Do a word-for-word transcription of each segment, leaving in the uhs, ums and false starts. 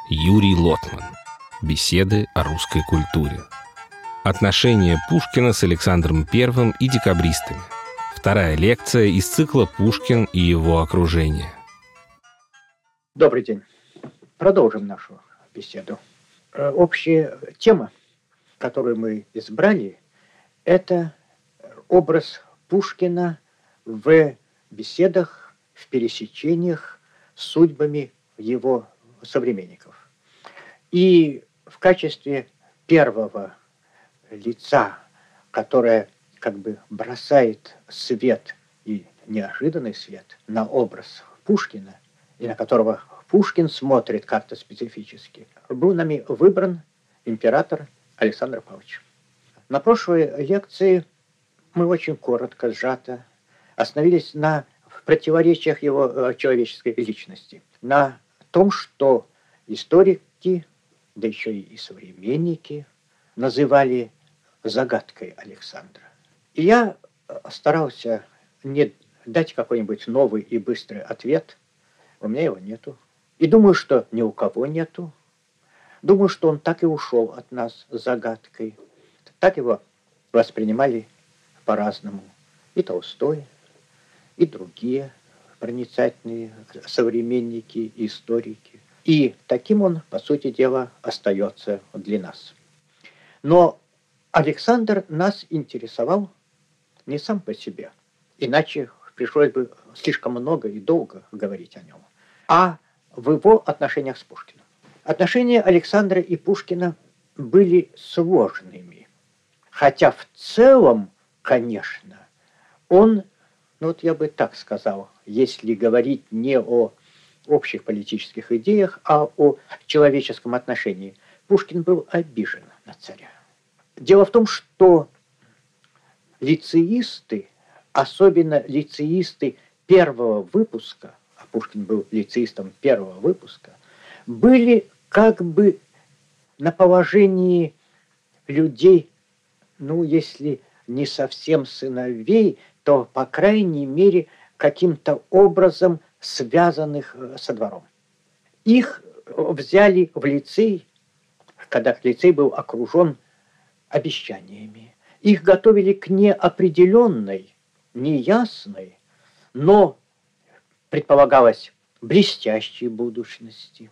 Юрий Лотман. Беседы о русской культуре. Отношения Пушкина с Александром Первым и декабристами. Вторая лекция из цикла «Пушкин и его окружение». Добрый день. Продолжим нашу беседу. Общая тема, которую мы избрали, это образ Пушкина в беседах, в пересечениях с судьбами его современников. И в качестве первого лица, которое как бы бросает свет, и неожиданный свет, на образ Пушкина, и на которого Пушкин смотрит как-то специфически, был нами выбран император Александр Павлович. На прошлой лекции мы очень коротко, сжато остановились на противоречиях его человеческой личности, на том, что историки, да еще и современники, называли загадкой Александра. И я старался не дать какой-нибудь новый и быстрый ответ. У меня его нету. И думаю, что ни у кого нету. Думаю, что он так и ушел от нас загадкой. Так его воспринимали по-разному. И Толстой, и другие проницательные современники, историки. И таким он, по сути дела, остается для нас. Но Александр нас интересовал не сам по себе, иначе пришлось бы слишком много и долго говорить о нем, а в его отношениях с Пушкиным. Отношения Александра и Пушкина были сложными, хотя в целом, конечно, он, ну вот я бы так сказал, если говорить не о общих политических идеях, а о человеческом отношении, Пушкин был обижен на царя. Дело в том, что лицеисты, особенно лицеисты первого выпуска, а Пушкин был лицеистом первого выпуска, были как бы на положении людей, ну, если не совсем сыновей, то, по крайней мере, каким-то образом связанных со двором. Их взяли в лицей, когда лицей был окружен обещаниями. Их готовили к неопределенной, неясной, но предполагалось блестящей будущности.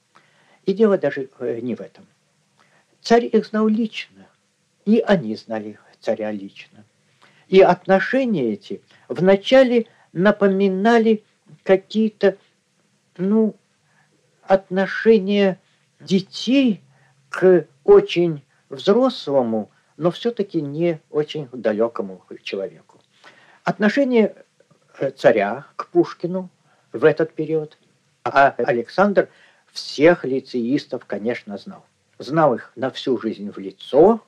И дело даже не в этом. Царь их знал лично, и они знали царя лично. И отношения эти вначале напоминали какие-то, ну, отношения детей к очень взрослому, но все-таки не очень далекому человеку. Отношение царя к Пушкину в этот период, а Александр всех лицеистов, конечно, знал. Знал их на всю жизнь в лицо,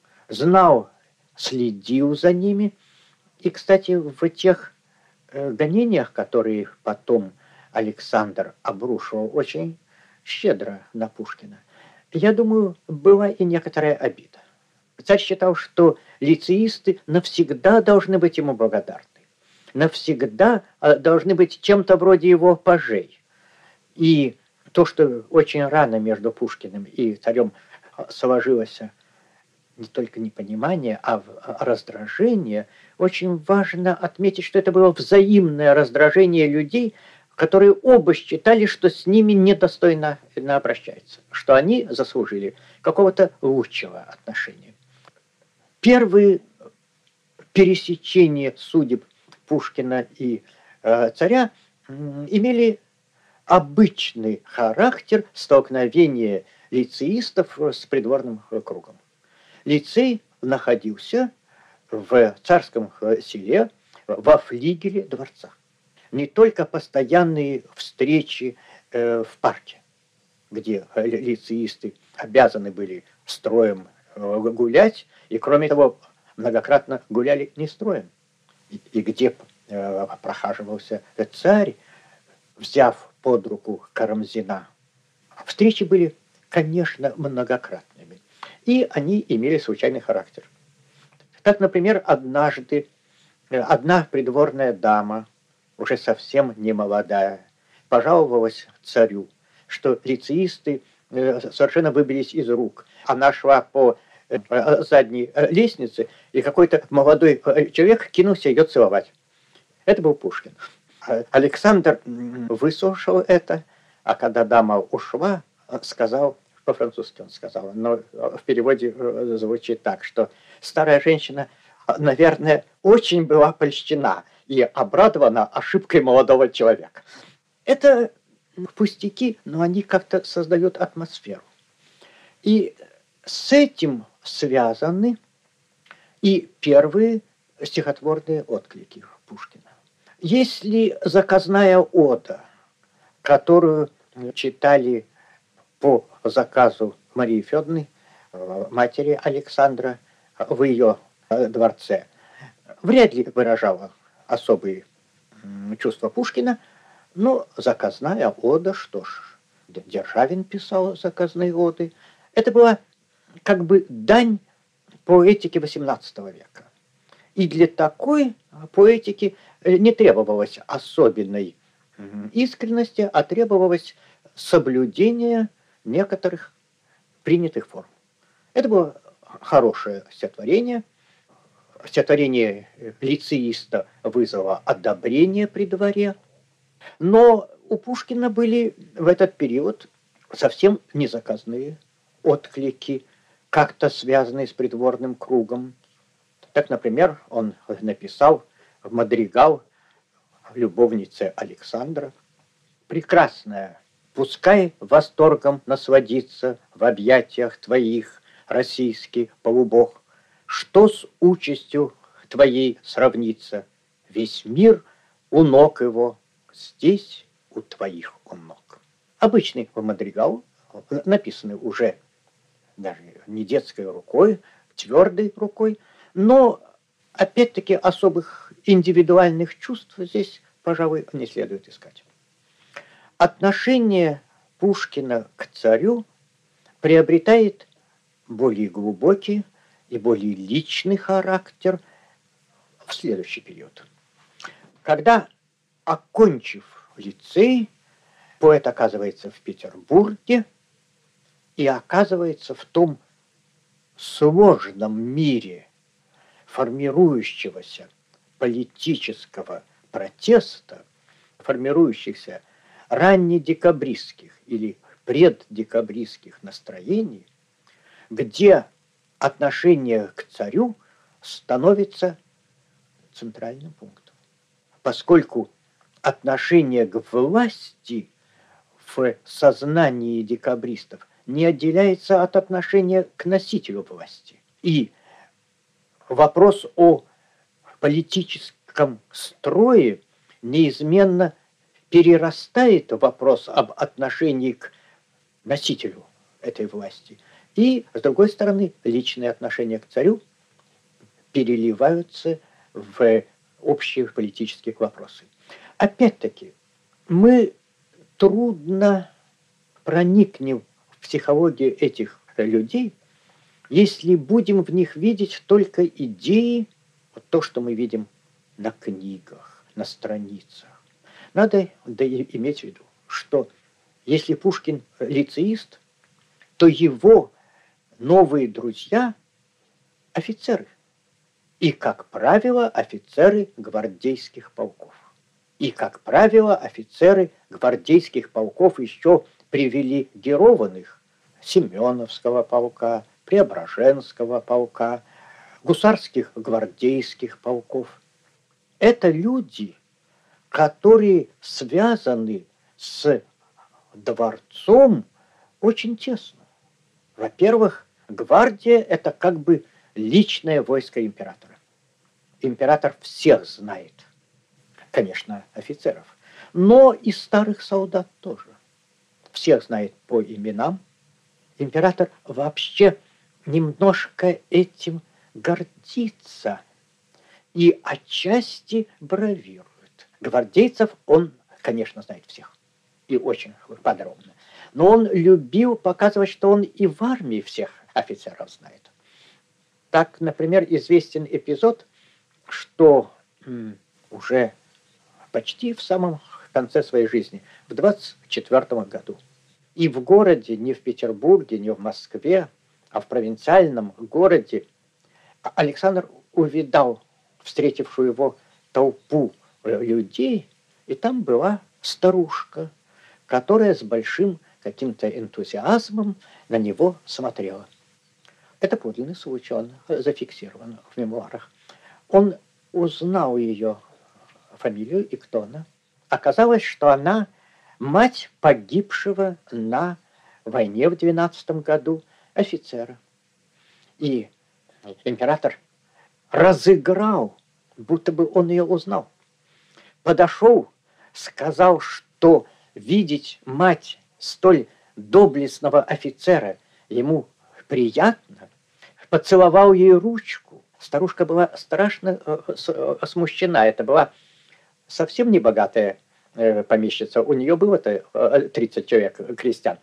знал, следил за ними. И, кстати, в тех гонениях, которые потом Александр обрушивал очень щедро на Пушкина, я думаю, была и некоторая обида. Царь считал, что лицеисты навсегда должны быть ему благодарны, навсегда должны быть чем-то вроде его пажей. И то, что очень рано между Пушкиным и царем сложилось не только непонимание, а раздражение, очень важно отметить, что это было взаимное раздражение людей, которые оба считали, что с ними недостойно обращаются, что они заслужили какого-то лучшего отношения. Первые пересечения судеб Пушкина и э, царя э, имели обычный характер столкновения лицеистов с придворным кругом. Лицей находился в царском селе во флигеле дворца. Не только постоянные встречи э, в парке, где лицеисты обязаны были строем э, гулять, и, кроме того, многократно гуляли не строем, и, и где э, прохаживался царь, взяв под руку Карамзина. Встречи были, конечно, многократными, и они имели случайный характер. Так, например, однажды одна придворная дама, уже совсем не молодая, пожаловалась царю что лицеисты совершенно выбились из рук. Она шла по задней лестнице, и какой-то молодой человек кинулся ее целовать. Это был Пушкин. Александр выслушал это, а когда дама ушла, сказал, по-французски он сказал, но в переводе звучит так, что старая женщина, наверное, очень была польщена и обрадована ошибкой молодого человека. Это пустяки, но они как-то создают атмосферу. И с этим связаны и первые стихотворные отклики Пушкина. Если заказная ода, которую читали по заказу Марии Федоровны, матери Александра, в ее дворце, вряд ли выражала особые чувства Пушкина, но заказная ода, что ж, Державин писал заказные оды, это была как бы дань поэтике восемнадцатого века. И для такой поэтики не требовалось особенной искренности, а требовалось соблюдение некоторых принятых форм. Это было хорошее стихотворение. Стихотворение лицеиста вызвало одобрение при дворе. Но у Пушкина были в этот период совсем незаказные отклики, как-то связанные с придворным кругом. Так, например, он написал мадригал любовнице Александра. «Прекрасная, пускай восторгом насладится в объятиях твоих, российский полубог, что с участью твоей сравнится? Весь мир у ног его, здесь у твоих у ног». Обычный мадригал, написанный уже даже не детской рукой, твердой рукой, но опять-таки особых индивидуальных чувств здесь, пожалуй, не следует искать. Отношение Пушкина к царю приобретает более глубокий и более личный характер в следующий период. Когда, окончив лицей, поэт оказывается в Петербурге и оказывается в том сложном мире формирующегося политического протеста, формирующихся раннедекабристских или преддекабристских настроений, где отношение к царю становится центральным пунктом. Поскольку отношение к власти в сознании декабристов не отделяется от отношения к носителю власти. И вопрос о политическом строе неизменно перерастает в вопрос об отношении к носителю этой власти. И, с другой стороны, личные отношения к царю переливаются в общие политические вопросы. Опять-таки, мы трудно проникнем в психологию этих людей, если будем в них видеть только идеи, вот то, что мы видим на книгах, на страницах. Надо да иметь в виду, что если Пушкин лицеист, то его новые друзья – офицеры. И, как правило, офицеры гвардейских полков. И, как правило, офицеры гвардейских полков еще привилегированных Семеновского полка, Преображенского полка, гусарских гвардейских полков. Это люди, которые связаны с дворцом очень тесно. Во-первых, гвардия – это как бы личное войско императора. Император всех знает, конечно, офицеров, но и старых солдат тоже. Всех знает по именам. Император вообще немножко этим гордится и отчасти бравирует. Гвардейцев он, конечно, знает всех и очень подробно. Но он любил показывать, что он и в армии всех офицеров знает. Так, например, известен эпизод, что м, уже почти в самом конце своей жизни, в двадцать четвёртом году, И в городе, не в Петербурге, не в Москве, а в провинциальном городе Александр увидал встретившую его толпу людей, и там была старушка, которая с большим каким-то энтузиазмом на него смотрела. Это подлинный случай, он зафиксирован в мемуарах. Он узнал ее фамилию и кто она. Оказалось, что она мать погибшего на войне в двенадцатом году офицера. И император разыграл, будто бы он ее узнал. Подошел, сказал, что видеть мать столь доблестного офицера ему приятно, поцеловал ей ручку. Старушка была страшно смущена. Это была совсем небогатая помещица. У нее было-то тридцать человек крестьян.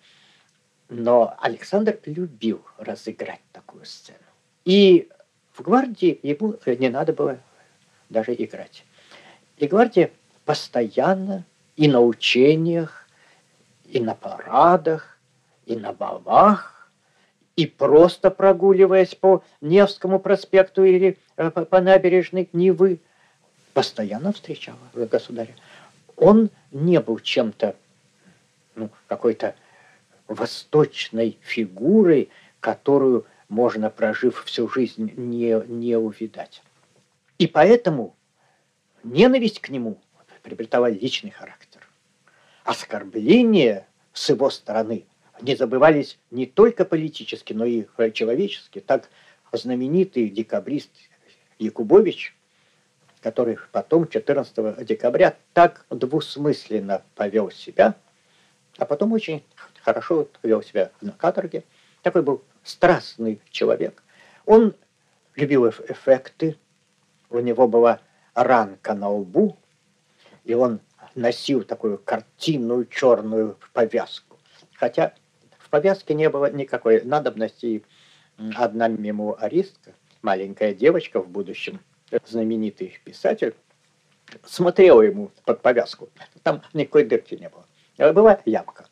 Но Александр любил разыграть такую сцену. И в гвардии ему не надо было даже играть. И гвардия постоянно и на учениях, и на парадах, и на балах, и просто прогуливаясь по Невскому проспекту или по набережной Невы, постоянно встречала государя. Он не был чем-то, ну, какой-то восточной фигурой, которую можно, прожив всю жизнь, не, не увидать. И поэтому ненависть к нему приобретала личный характер. Оскорбления с его стороны не забывались не только политически, но и человечески. Так знаменитый декабрист Якубович, который потом, четырнадцатого декабря, так двусмысленно повел себя, а потом очень хорошо вел себя на каторге. Такой был страстный человек. Он любил эффекты. У него была ранка на лбу, и он носил такую картинную черную повязку. Хотя в повязке не было никакой надобности. Одна мемуаристка, маленькая девочка в будущем, знаменитый писатель, смотрела ему под повязку. Там никакой дырки не было. Была ямка.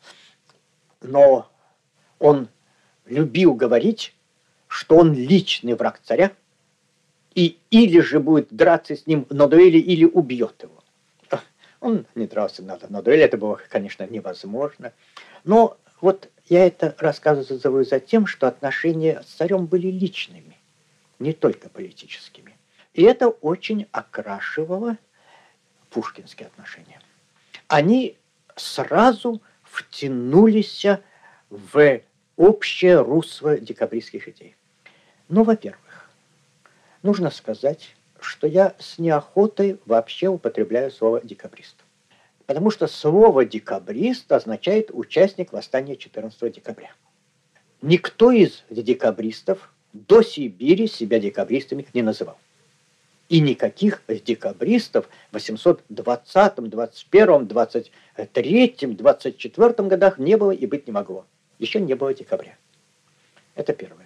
Но он любил говорить, что он личный враг царя, и или же будет драться с ним на дуэли, или убьет его. Он не дрался на, на дуэли, это было, конечно, невозможно. Но вот я это рассказываю за тем, что отношения с царем были личными, не только политическими. И это очень окрашивало пушкинские отношения. Они сразу втянулись в общее русло декабристских идей. Ну, во-первых, нужно сказать, что я с неохотой вообще употребляю слово «декабрист». Потому что слово «декабрист» означает «участник восстания четырнадцатого декабря». Никто из декабристов до Сибири себя декабристами не называл. И никаких декабристов в восемьсот двадцатом, двадцать первом, двадцать третьем, двадцать четвёртом годах не было и быть не могло. Еще не было декабря. Это первое.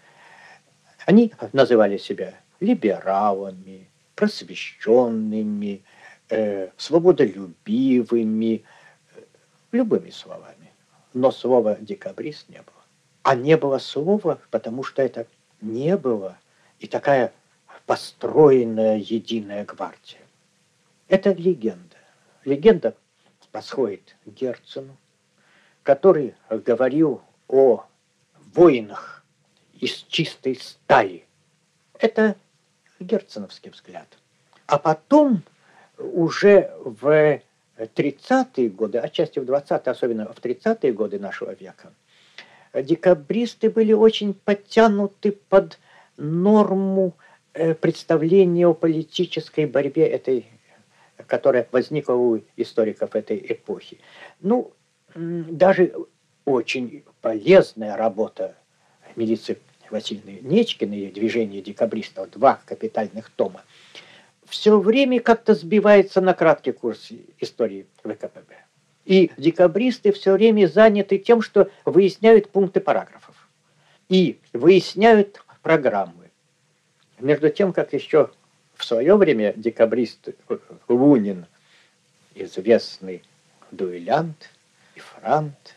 Они называли себя либералами, просвещенными, э, свободолюбивыми, э, любыми словами. Но слова «декабрист» не было. А не было слова, потому что это не было и такая построенная единая гвардия. Это легенда. Легенда восходит к Герцену, который говорил о воинах из чистой стали. Это герценовский взгляд. А потом уже в тридцатые годы, отчасти в двадцатые, особенно в тридцатые годы нашего века, декабристы были очень подтянуты под норму представления о политической борьбе, этой, которая возникла у историков этой эпохи. Ну, даже очень полезная работа Милицы Васильевны Нечкиной и «Движение декабристов», два капитальных тома, все время как-то сбивается на краткий курс истории ВКПБ. И декабристы все время заняты тем, что выясняют пункты параграфов и выясняют программы. Между тем, как еще в свое время декабрист Лунин, известный дуэлянт и франт,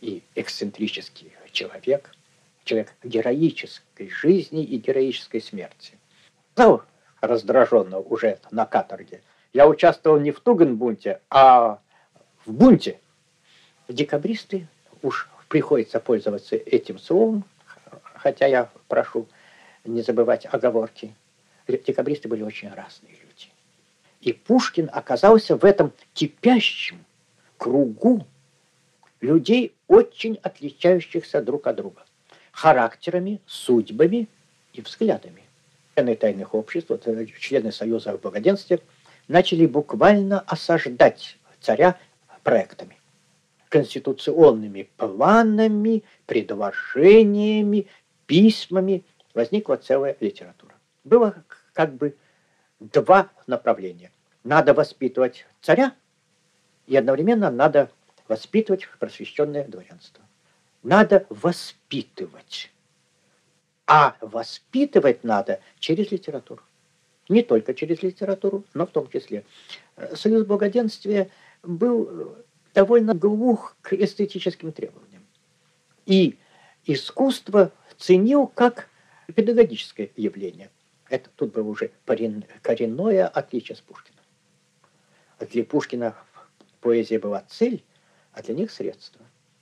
и эксцентрический человек, человек героической жизни и героической смерти. Ну, раздраженно уже на каторге. Я участвовал не в Тугенбунте, а в бунте. Декабристы, уж приходится пользоваться этим словом, хотя я прошу не забывать оговорки. Декабристы были очень разные люди. И Пушкин оказался в этом кипящем кругу людей, очень отличающихся друг от друга. Характерами, судьбами и взглядами. Члены тайных обществ, вот, члены Союза о благоденствии, начали буквально осаждать царя проектами, конституционными планами, предложениями, письмами. Возникла целая литература. Было как бы два направления. Надо воспитывать царя, и одновременно надо воспитывать просвещенное дворянство. Надо воспитывать. А воспитывать надо через литературу. Не только через литературу, но в том числе. Союз благоденствия был довольно глух к эстетическим требованиям. И искусство ценил как педагогическое явление. Это тут было уже коренное отличие с Пушкиным. Для Пушкина поэзия была цель, а для них средство.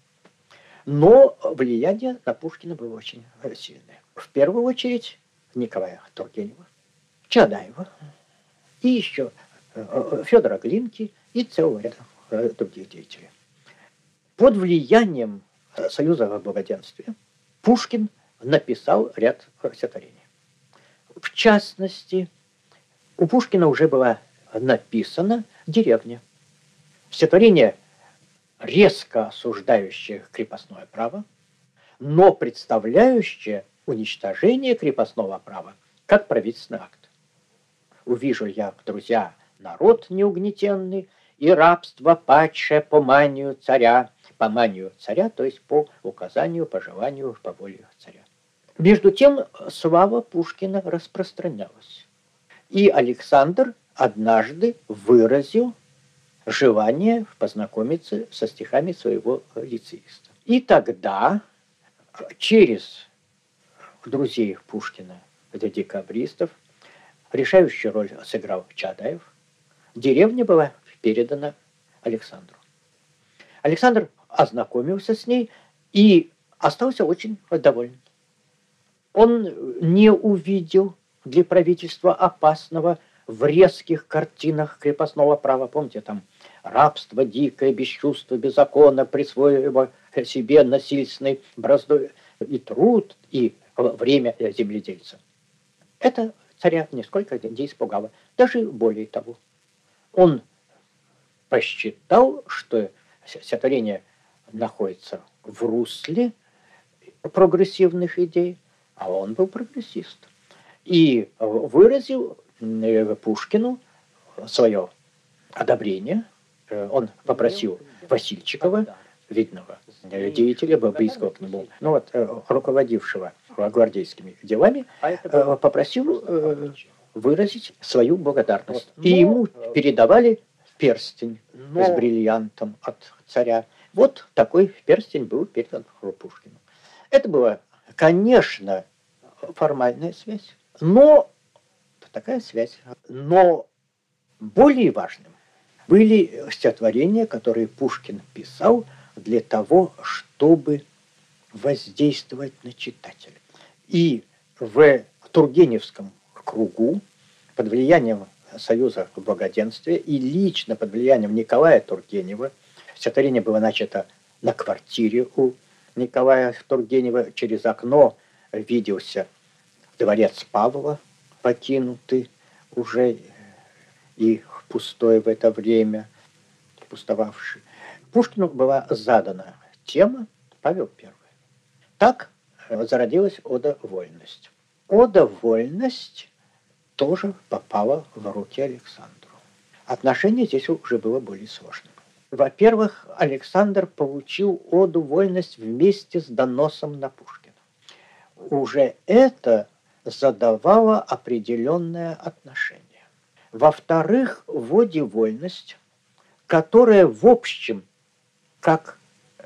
Но влияние на Пушкина было очень сильное. В первую очередь Николая Тургенева, Чаадаева и еще Федора Глинки и целого ряда других деятелей. Под влиянием Союза благоденствия Пушкин написал ряд стихотворений. В частности, у Пушкина уже была написана «Деревня». Стихотворение, резко осуждающее крепостное право, но представляющее уничтожение крепостного права как правительственный акт. «Увижу я, друзья, народ неугнетенный, и рабство падшее по манию царя». По манию царя, то есть по указанию, по желанию, по воле царя. Между тем, слава Пушкина распространялась. И Александр однажды выразил желание познакомиться со стихами своего лицеиста. И тогда через друзей Пушкина, это декабристов, решающую роль сыграл Чаадаев, деревня была передана Александру. Александр ознакомился с ней и остался очень доволен. Он не увидел для правительства опасного в резких картинах крепостного права. Помните, там рабство дикое, без чувства, без закона, присвоив себе насильственной браздой и труд, и время земледельца. Это царя нисколько не испугало. Даже более того, он посчитал, что стихотворение находится в русле прогрессивных идей, а он был прогрессист. И выразил Пушкину свое одобрение. Он попросил Васильчикова, видного деятеля, близкого к нему, ну вот, руководившего гвардейскими делами, попросил выразить свою благодарность. И ему передавали перстень с бриллиантом от царя. Вот такой перстень был передан Пушкину. Это была, конечно, формальная связь, но такая связь. Но более важным были стихотворения, которые Пушкин писал для того, чтобы воздействовать на читателя. И в Тургеневском кругу под влиянием Союза благоденствия и лично под влиянием Николая Тургенева, стихотворение было начато на квартире у Николая Тургенева, через окно виделся дворец Павла, покинутый уже и пустой в это время, пустовавший. Пушкину была задана тема Павел Первый. Так зародилась ода «Вольность». Ода «Вольность» тоже попала в руки Александру. Отношение здесь уже было более сложным. Во-первых, Александр получил оду «Вольность» вместе с доносом на Пушкина. Уже это задавало определенное отношение. Во-вторых, в оде «Вольность», которая в общем, как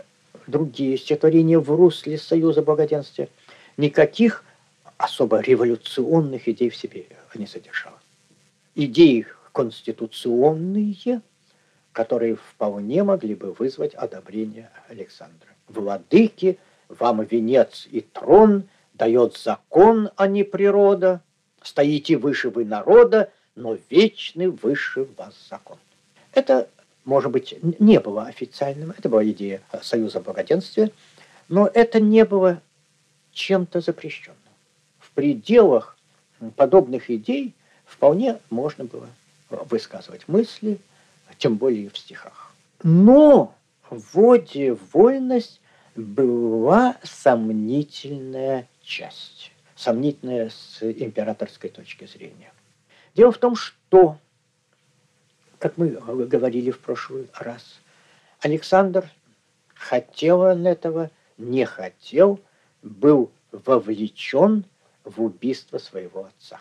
другие стихотворения в русле Союза Благоденствия, никаких особо революционных идей в себе не содержало. Идеи конституционные, которые вполне могли бы вызвать одобрение Александра. «Владыки, вам венец и трон дает закон, а не природа. Стоите выше вы народа, но вечный выше вас закон». Это, может быть, не было официальным, это была идея Союза Благоденствия, но это не было чем-то запрещенным. В пределах подобных идей вполне можно было высказывать мысли, тем более в стихах. Но в «Воде вольность» была сомнительная часть, сомнительная с императорской точки зрения. Дело в том, что, как мы говорили в прошлый раз, Александр хотел он этого, не хотел, был вовлечен в убийство своего отца.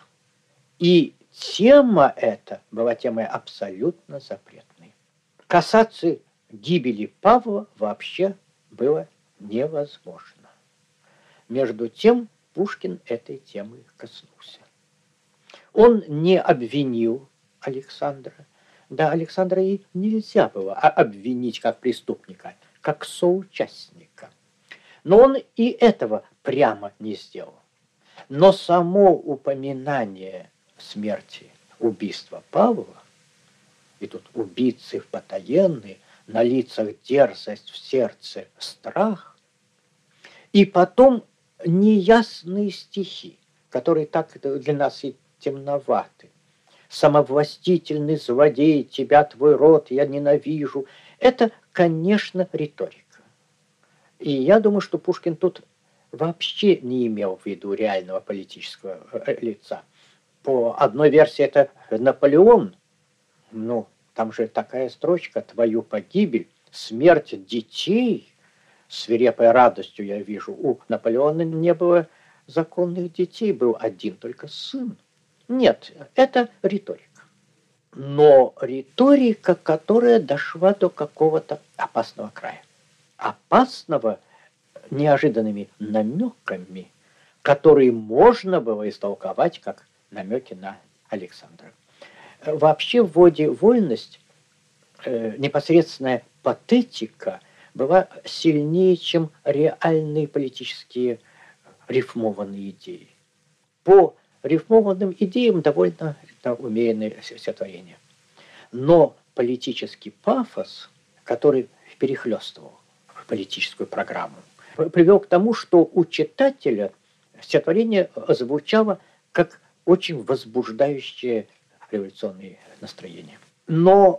И тема эта была темой абсолютно запретной. Касаться гибели Павла вообще было невозможно. Между тем Пушкин этой темы коснулся. Он не обвинил Александра. Да, Александра и нельзя было обвинить как преступника, как соучастника. Но он и этого прямо не сделал. Но само упоминание смерти, убийства Павла, и тут убийцы потаенные, на лицах дерзость, в сердце страх, и потом неясные стихи, которые так для нас и темноваты. «Самовластительный злодей, тебя твой род я ненавижу». Это, конечно, риторика. И я думаю, что Пушкин тут вообще не имел в виду реального политического лица. По одной версии это Наполеон. Ну, там же такая строчка: «Твою погибель, смерть детей, свирепой радостью я вижу». У Наполеона не было законных детей, был один только сын. Нет, это риторика. Но риторика, которая дошла до какого-то опасного края. Опасного неожиданными намеками, которые можно было истолковать как намеки на Александра. Вообще в «Воде вольность» э, непосредственная патетика была сильнее, чем реальные политические рифмованные идеи. По рифмованным идеям довольно умеренное стихотворение. Но политический пафос, который перехлестывал политическую программу, привел к тому, что у читателя стихотворение звучало как очень возбуждающее революционные настроения. Но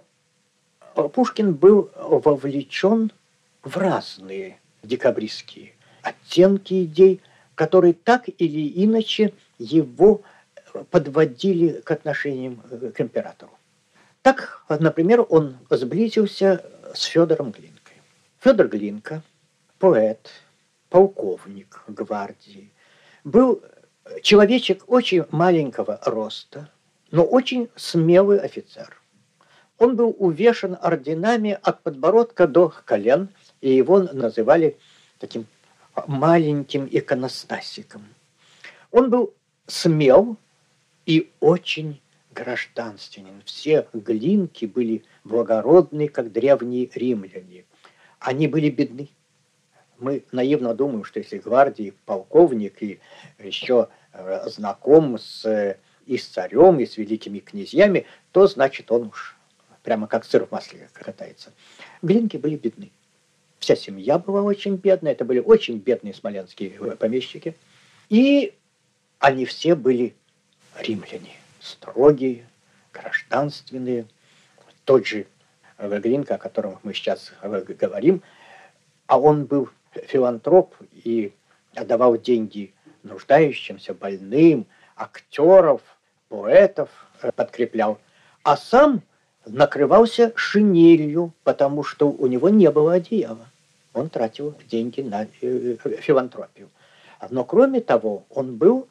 Пушкин был вовлечен в разные декабристские оттенки идей, которые так или иначе его подводили к отношениям к императору. Так, например, он сблизился с Федором Глинкой. Федор Глинка, поэт, полковник гвардии, был человечек очень маленького роста, но очень смелый офицер. Он был увешан орденами от подбородка до колен, и его называли таким маленьким иконостасиком. Он был смел и очень гражданственен. Все Глинки были благородны, как древние римляне. Они были бедны. Мы наивно думаем, что если гвардии полковник и еще знаком с, и с царем, и с великими князьями, то значит он уж прямо как сыр в масле катается. Глинки были бедны. Вся семья была очень бедная, это были очень бедные смоленские помещики. И они все были римляне, строгие, гражданственные. Тот же Глинка, о котором мы сейчас говорим, а он был филантроп и отдавал деньги нуждающимся, больным, актеров, поэтов подкреплял, а сам накрывался шинелью, потому что у него не было одеяла. Он тратил деньги на филантропию. Но кроме того, он был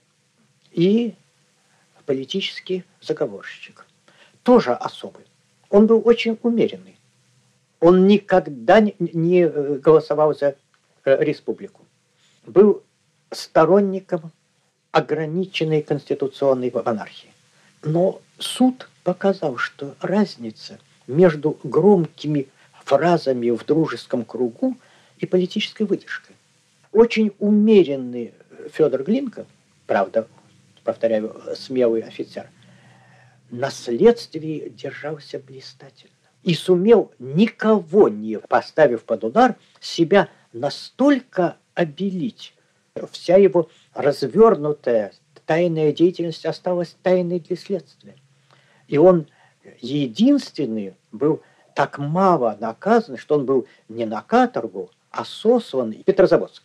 и политический заговорщик. Тоже особый. Он был очень умеренный. Он никогда не голосовал за республику. Был сторонником ограниченной конституционной монархии. Но суд показал, что разница между громкими фразами в дружеском кругу и политической выдержкой. Очень умеренный Федор Глинка, правда, повторяю, смелый офицер, на следствии держался блистательно и сумел, никого не поставив под удар, себя настолько обелить. Вся его развернутая тайная деятельность осталась тайной для следствия. И он единственный был так мало наказан, что он был не на каторгу, а сослан в Петрозаводск.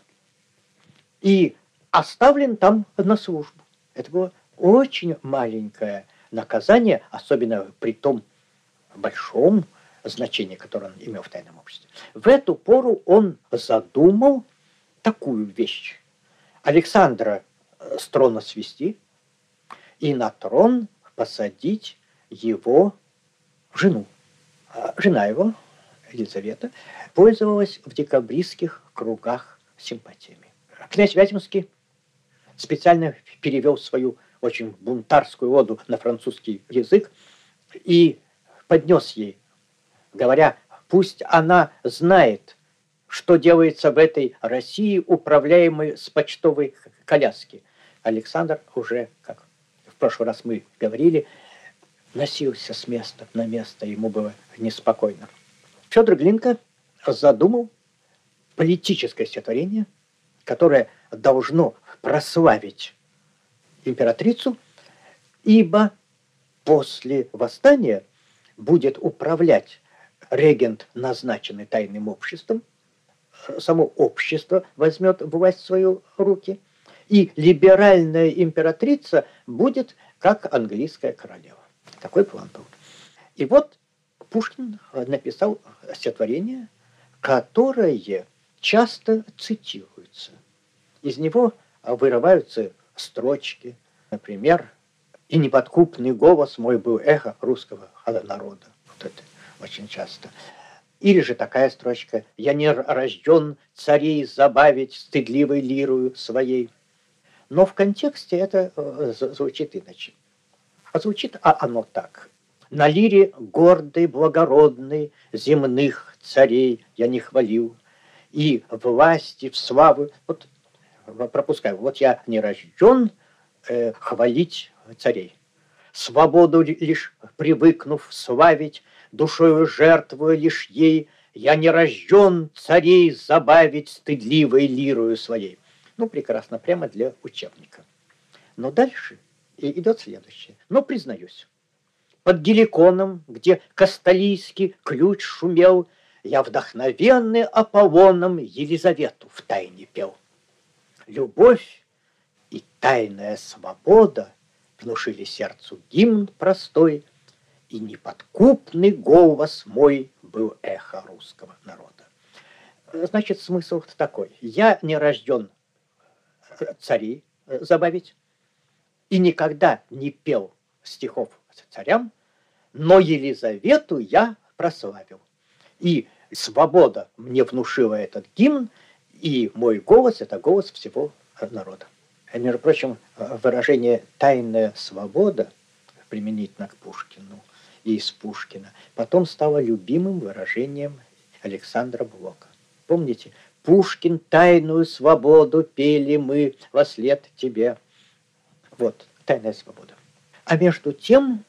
И оставлен там на службу. Это было очень маленькое наказание, особенно при том большом значении, которое он имел в тайном обществе. В эту пору он задумал такую вещь. Александра с трона свести и на трон посадить его жену. Жена его, Елизавета, пользовалась в декабристских кругах симпатиями. Князь Вяземский специально перевел свою очень бунтарскую оду на французский язык и поднес ей, говоря, пусть она знает, что делается в этой России, управляемой с почтовой коляски. Александр уже, как в прошлый раз мы говорили, носился с места на место, ему было неспокойно. Федор Глинка задумал политическое стихотворение, которое должно прославить императрицу, ибо после восстания будет управлять регент, назначенный тайным обществом, само общество возьмет власть в свои руки, и либеральная императрица будет как английская королева. Такой план был. И вот Пушкин написал стихотворение, которое часто цитируется. Из него вырываются строчки, например, «И неподкупный голос мой был эхо русского народа». Вот это очень часто. Или же такая строчка «Я не рожден царей забавить стыдливой лирою своей». Но в контексте это звучит иначе. А звучит а оно так. «На лире гордой, благородной земных царей я не хвалил, и власти, в славу». Вот пропускаю. Вот я не рожден э, хвалить царей. Свободу лишь привыкнув славить, душою жертвую лишь ей, я не рожден царей забавить стыдливой лирою своей. Ну, прекрасно, прямо для учебника. Но дальше идет следующее. Но признаюсь, под Геликоном, где касталийский ключ шумел, я вдохновенный Аполлоном Елизавету втайне пел. Любовь и тайная свобода внушили сердцу гимн простой, и неподкупный голос мой был эхо русского народа. Значит, смысл такой. Я не рожден царей забавить и никогда не пел стихов царям, но Елизавету я прославил. И свобода мне внушила этот гимн, и мой голос – это голос всего народа. Между прочим, выражение «тайная свобода» применительно к Пушкину и из Пушкина потом стало любимым выражением Александра Блока. Помните? «Пушкин, тайную свободу пели мы вослед тебе». Вот, тайная свобода. А между тем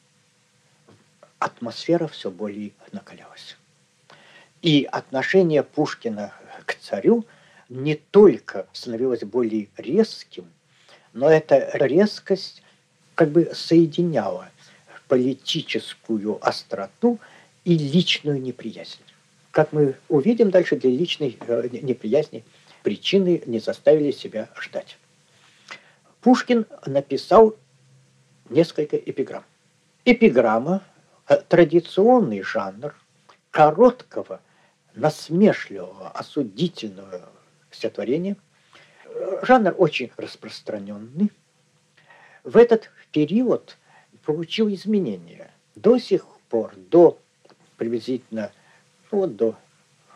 атмосфера все более накалялась. И отношение Пушкина к царю не только становилось более резким, но эта резкость как бы соединяла политическую остроту и личную неприязнь. Как мы увидим дальше, для личной неприязни причины не заставили себя ждать. Пушкин написал несколько эпиграмм. Эпиграмма – традиционный жанр короткого, насмешливого, осудительного стихотворения. Жанр очень распространенный. В этот период получил изменения. До сих пор, до приблизительно ну, до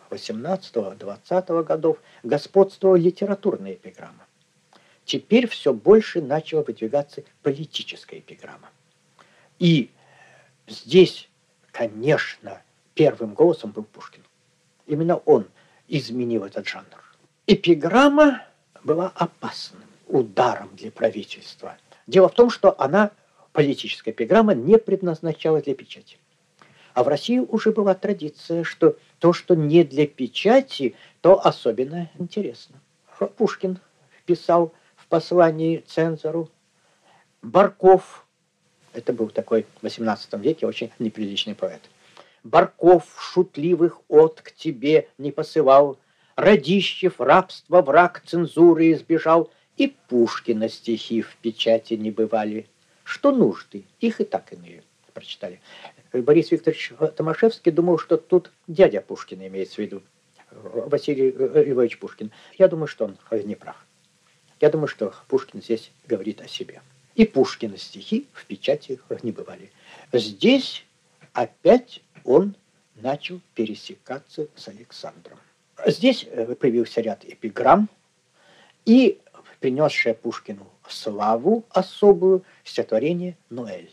восемнадцатого-двадцатого годов господствовала литературная эпиграмма. Теперь все больше начала выдвигаться политическая эпиграмма. И здесь, конечно, первым голосом был Пушкин. Именно он изменил этот жанр. Эпиграмма была опасным ударом для правительства. Дело в том, что она, политическая эпиграмма, не предназначалась для печати. А в России уже была традиция, что то, что не для печати, то особенно интересно. Пушкин писал в послании цензору. Барков, это был такой в восемнадцатом веке очень неприличный поэт. Барков шутливых от к тебе не посылал, Радищев рабства враг цензуры избежал, и Пушкина стихи в печати не бывали. Что нужды, их и так иные прочитали. Борис Викторович Томашевский думал, что тут дядя Пушкина имеется в виду, Василий Львович Пушкин. Я думаю, что он не прав. Я думаю, что Пушкин здесь говорит о себе. И Пушкина стихи в печати не бывали. Здесь опять он начал пересекаться с Александром. Здесь появился ряд эпиграмм и принесшее Пушкину славу особую стихотворение «Ноэль».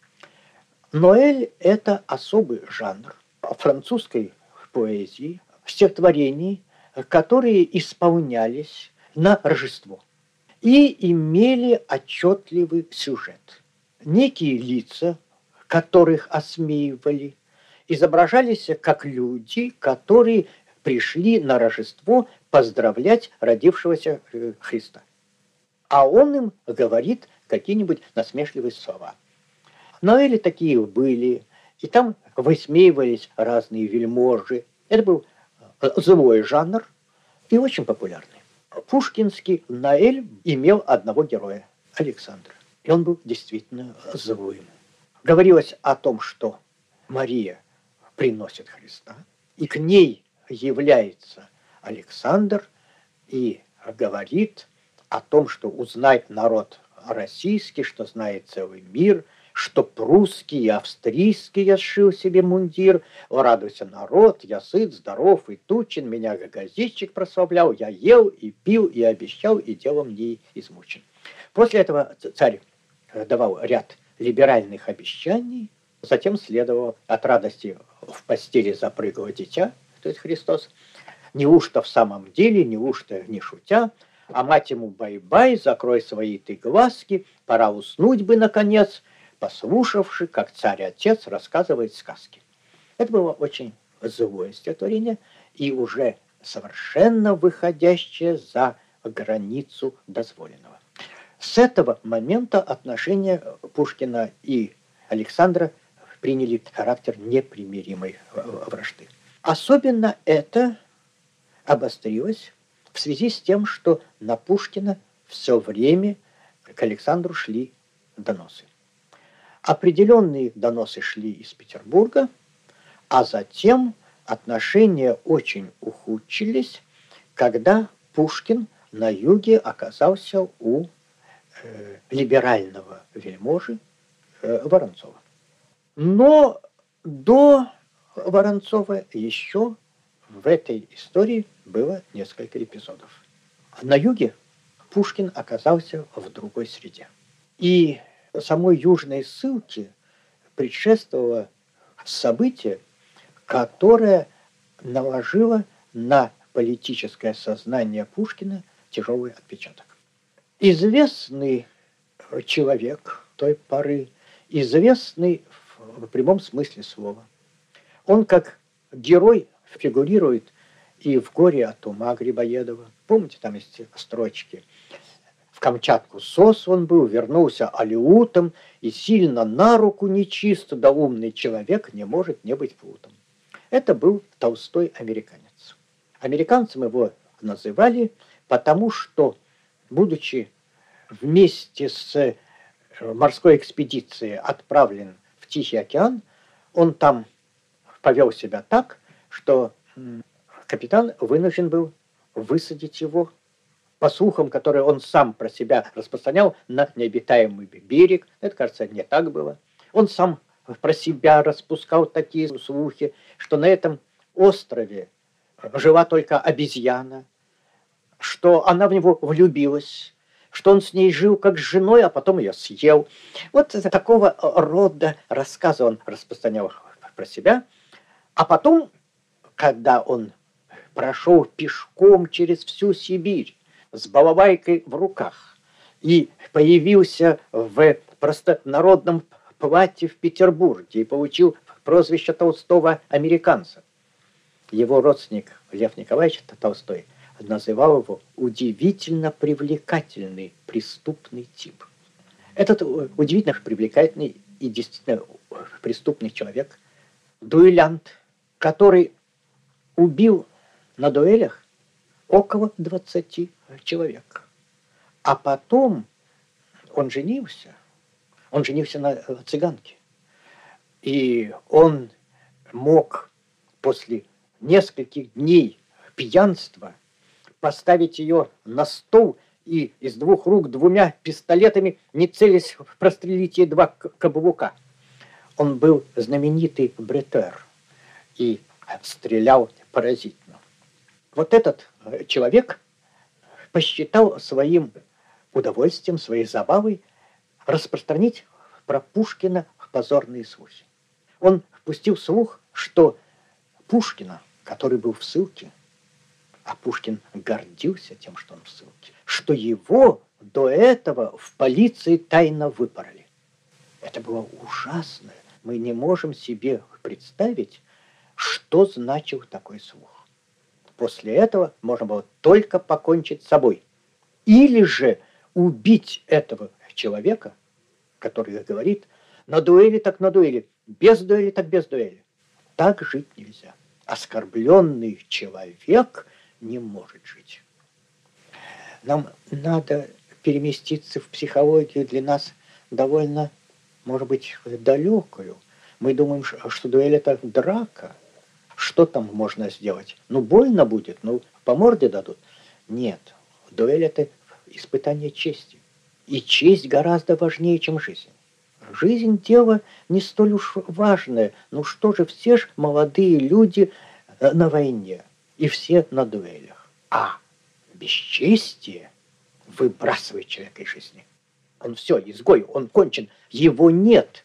«Ноэль» — это особый жанр французской поэзии, стихотворений, которые исполнялись на Рождество и имели отчетливый сюжет. Некие лица, которых осмеивали, изображались как люди, которые пришли на Рождество поздравлять родившегося Христа. А он им говорит какие-нибудь насмешливые слова. Ноэли такие были, и там высмеивались разные вельможи. Это был злой жанр и очень популярный. Пушкинский Ноэль имел одного героя, Александра. И он был действительно злым. Говорилось о том, что Мария приносит Христа, и к ней является Александр и говорит о том, что узнай народ российский, что знает целый мир, что прусский и австрийский я сшил себе мундир. О, радуйся, народ, я сыт, здоров и тучен, меня газетчик прославлял, я ел и пил, и обещал, и делом не измучен. После этого царь давал ряд либеральных обещаний, затем следовало от радости в постели запрыгало дитя, то есть Христос, неужто в самом деле, неужто не шутя, а мать ему бай-бай, закрой свои ты глазки, пора уснуть бы, наконец, послушавши, как царь-отец рассказывает сказки. Это было очень злое стихотворение и уже совершенно выходящее за границу дозволенного. С этого момента отношения Пушкина и Александра приняли характер непримиримой вражды. Особенно это обострилось в связи с тем, что на Пушкина все время к Александру шли доносы. Определенные доносы шли из Петербурга, а затем отношения очень ухудшились, когда Пушкин на юге оказался у э, либерального вельможи э, Воронцова. Но до Воронцова еще в этой истории было несколько эпизодов. На юге Пушкин оказался в другой среде. И самой южной ссылке предшествовало событие, которое наложило на политическое сознание Пушкина тяжелый отпечаток. Известный человек той поры, известный в прямом смысле слова, он как герой фигурирует и в «Горе от ума» Грибоедова. Помните, там есть строчки. В Камчатку сослан был, вернулся алеутом, и сильно на руку нечист, да умный человек не может не быть плутом. Это был Толстой американец. Американцем его называли, потому что, будучи вместе с морской экспедицией отправлен в Тихий океан, он там повел себя так, что капитан вынужден был высадить его, по слухам, которые он сам про себя распространял, на необитаемый берег. Это, кажется, не так было. Он сам про себя распускал такие слухи, что на этом острове жива только обезьяна, что она в него влюбилась, что он с ней жил как с женой, а потом ее съел. Вот такого рода рассказы он распространял про себя. А потом, когда он прошел пешком через всю Сибирь с балалайкой в руках и появился в простонародном платье в Петербурге и получил прозвище Толстого американца, его родственник Лев Николаевич Толстой называл его удивительно привлекательный преступный тип. Этот удивительно привлекательный и действительно преступный человек, дуэлянт, который убил на дуэлях около двадцати человек. А потом он женился. Он женился на цыганке. И он мог после нескольких дней пьянства поставить ее на стол и из двух рук двумя пистолетами, не целясь, прострелить ей два каблука. Он был знаменитый бретер и стрелял поразительно. Вот этот человек посчитал своим удовольствием, своей забавой распространить про Пушкина позорные слухи. Он пустил слух, что Пушкина, который был в ссылке, а Пушкин гордился тем, что он в ссылке, что его до этого в полиции тайно выпороли. Это было ужасно. Мы не можем себе представить, что значил такой слух. После этого можно было только покончить с собой. Или же убить этого человека, который говорит, на дуэли так на дуэли, без дуэли так без дуэли. Так жить нельзя. Оскорбленный человек не может жить. Нам надо переместиться в психологию для нас довольно, может быть, далекую. Мы думаем, что дуэль – это драка. Что там можно сделать? Ну, больно будет, ну, по морде дадут. Нет, дуэль – это испытание чести. И честь гораздо важнее, чем жизнь. Жизнь – дело не столь уж важное. Ну что же, все же молодые люди на войне. И все на дуэлях. А бесчестие выбрасывает человека из жизни. Он все, изгой, он кончен. Его нет.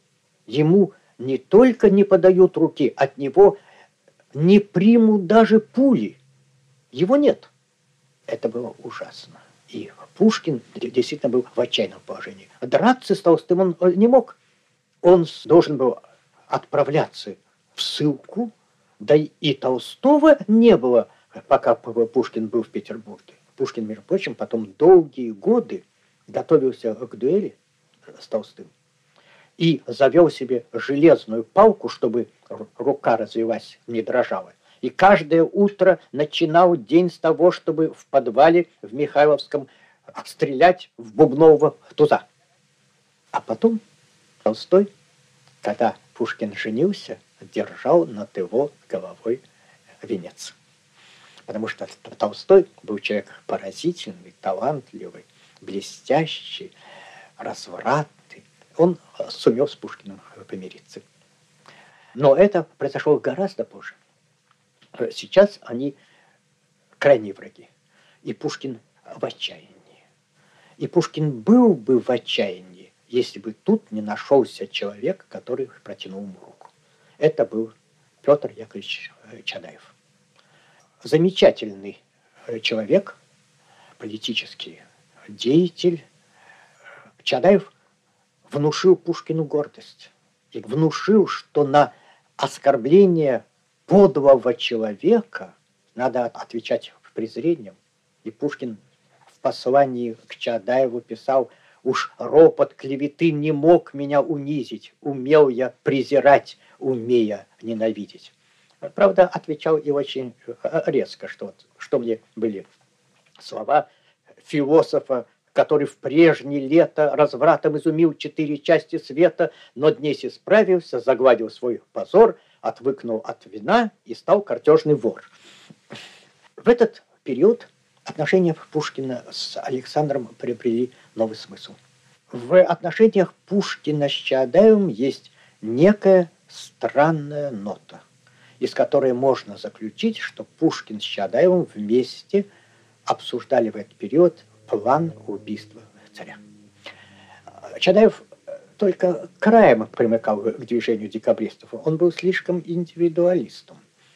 Ему не только не подают руки, от него не примут даже пули. Его нет. Это было ужасно. И Пушкин действительно был в отчаянном положении. Драться с Толстым он не мог. Он должен был отправляться в ссылку, да и Толстого не было, пока Пушкин был в Петербурге. Пушкин, между прочим, потом долгие годы готовился к дуэли с Толстым и завел себе железную палку, чтобы рука развилась, не дрожала. И каждое утро начинал день с того, чтобы в подвале в Михайловском стрелять в бубнового туза. А потом Толстой, когда Пушкин женился, держал над его головой венец. Потому что Толстой был человек поразительный, талантливый, блестящий, развратный. Он сумел с Пушкиным помириться. Но это произошло гораздо позже. Сейчас они крайние враги. И Пушкин в отчаянии. И Пушкин был бы в отчаянии, если бы тут не нашелся человек, который протянул ему руку. Это был Петр Яковлевич Чадаев. Замечательный человек, политический деятель. Чадаев внушил Пушкину гордость. И внушил, что на оскорбление подлого человека надо отвечать презрением. И Пушкин в послании к Чадаеву писал: «Уж ропот клеветы не мог меня унизить, умел я презирать, умея ненавидеть». Правда, отвечал и очень резко, что, что мне были слова философа, который в прежние лета развратом изумил четыре части света, но днесь исправился, загладил свой позор, отвыкнул от вина и стал картежный вор. В этот период отношения Пушкина с Александром приобрели новый смысл. В отношениях Пушкина с Чаадаевым есть некая странная нота. из которой можно заключить, что Пушкин с Чаадаевым вместе обсуждали в этот период план убийства царя. Чадаев только краем примыкал к движению декабристов. Он был слишком индивидуалистом.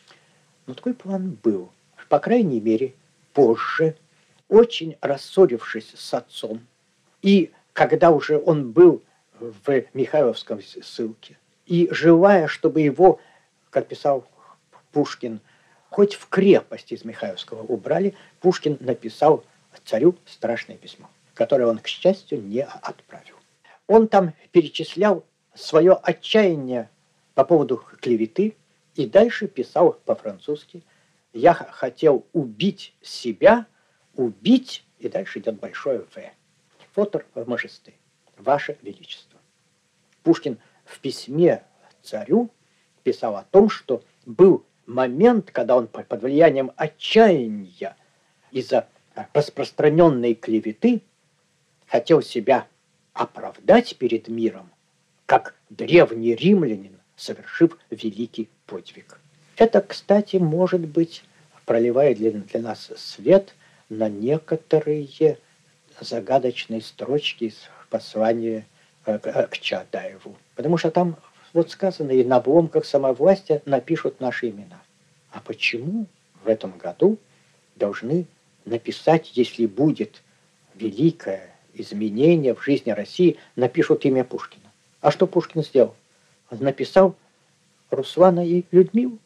Но такой план был. По крайней мере, позже, очень рассорившись с отцом, и когда уже он был в Михайловском ссылке, и желая, чтобы его, как писал Пушкин, хоть в крепость из Михайловского убрали, Пушкин написал царю страшное письмо, которое он, к счастью, не отправил. Он там перечислял свое отчаяние по поводу клеветы и дальше писал по-французски: «Я хотел убить себя, убить», и дальше идет большое «В». «Фотор мажесте», «Ваше Величество». Пушкин в письме царю писал о том, что был момент, когда он под влиянием отчаяния из-за распространенной клеветы хотел себя оправдать перед миром, как древний римлянин, совершив великий подвиг. Это, кстати, может быть, проливает для, для нас свет на некоторые загадочные строчки из послания к, к Чаадаеву. Потому что там вот сказано, и на обломках самовластия напишут наши имена. А почему в этом году должны написать, если будет великое изменение в жизни России, напишут имя Пушкина? А что Пушкин сделал? Он написал Руслана и Людмилу.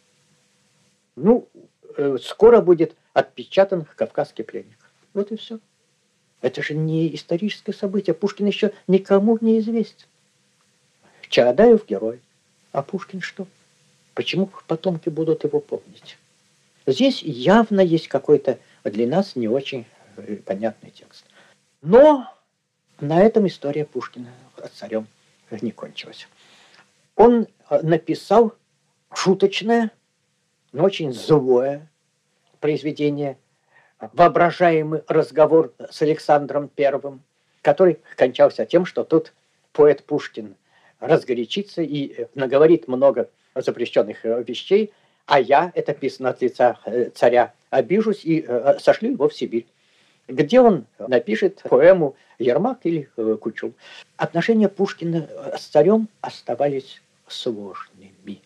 Ну, э, скоро будет отпечатан «Кавказский пленник». Вот и все. Это же не историческое событие. Пушкин еще никому не известен. Чаадаев герой. А Пушкин что? Почему потомки будут его помнить? Здесь явно есть какой-то для нас не очень понятный текст. Но на этом история Пушкина с царем не кончилась. Он написал шуточное, но очень злое произведение «Воображаемый разговор с Александром Первым», который кончался тем, что тут поэт Пушкин разгорячится и наговорит много запрещенных вещей, а я, это писано от лица царя, обижусь и сошлю его в Сибирь, где он напишет поэму «Ермак» или «Кучум». Отношения Пушкина с царем оставались сложными.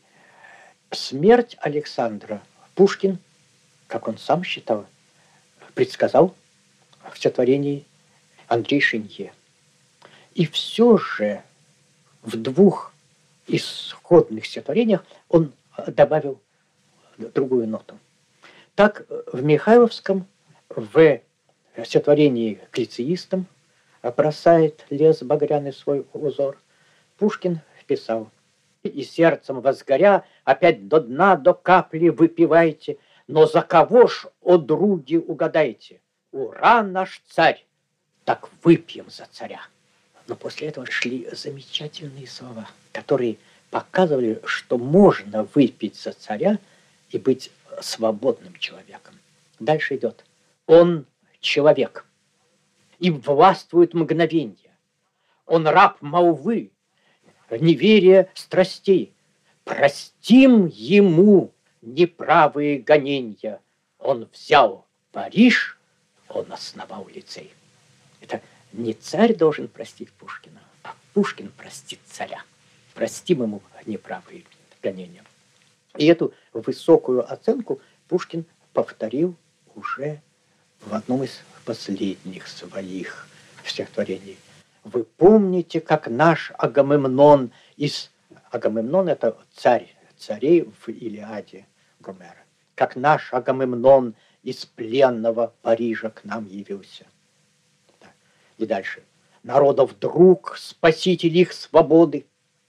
Смерть Александра Пушкин, как он сам считал, предсказал в стихотворении Андрей Шинье. И все же в двух исходных стихотворениях он добавил другую ноту. Так в Михайловском, в стихотворении к лицеистам «Бросает лес багряный свой узор», Пушкин писал: «И сердцем возгоря опять до дна, до капли выпивайте, но за кого ж, о други, угадайте? Ура, наш царь! Так выпьем за царя!» Но после этого шли замечательные слова, которые показывали, что можно выпить за царя и быть свободным человеком. Дальше идет: «Он человек и властвует мгновенье. Он раб молвы, неверия страстей. Простим ему неправые гоненья. Он взял Париж, он основал лицей». Это не царь должен простить Пушкина, а Пушкин простит царя. Простим ему неправые гонения. И эту высокую оценку Пушкин повторил уже в одном из последних своих стихотворений. «Вы помните, как наш Агамемнон из...» Агамемнон – это царь царей в Илиаде Гомера. «Как наш Агамемнон из пленного Парижа к нам явился». И дальше: «Народов друг, спаситель их свободы».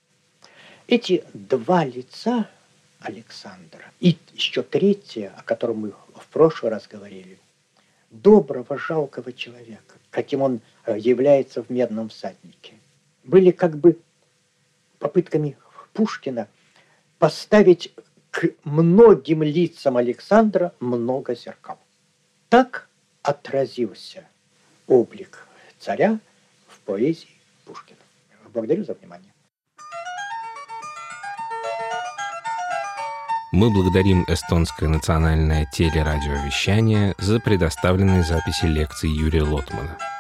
Эти два лица Александра и еще третье, о котором мы в прошлый раз говорили, доброго, жалкого человека, каким он является в «Медном всаднике», были как бы попытками Пушкина поставить к многим лицам Александра много зеркал. Так отразился облик царя в поэзии Пушкина. Благодарю за внимание. Мы благодарим Эстонское национальное телерадиовещание за предоставленные записи лекций Юрия Лотмана.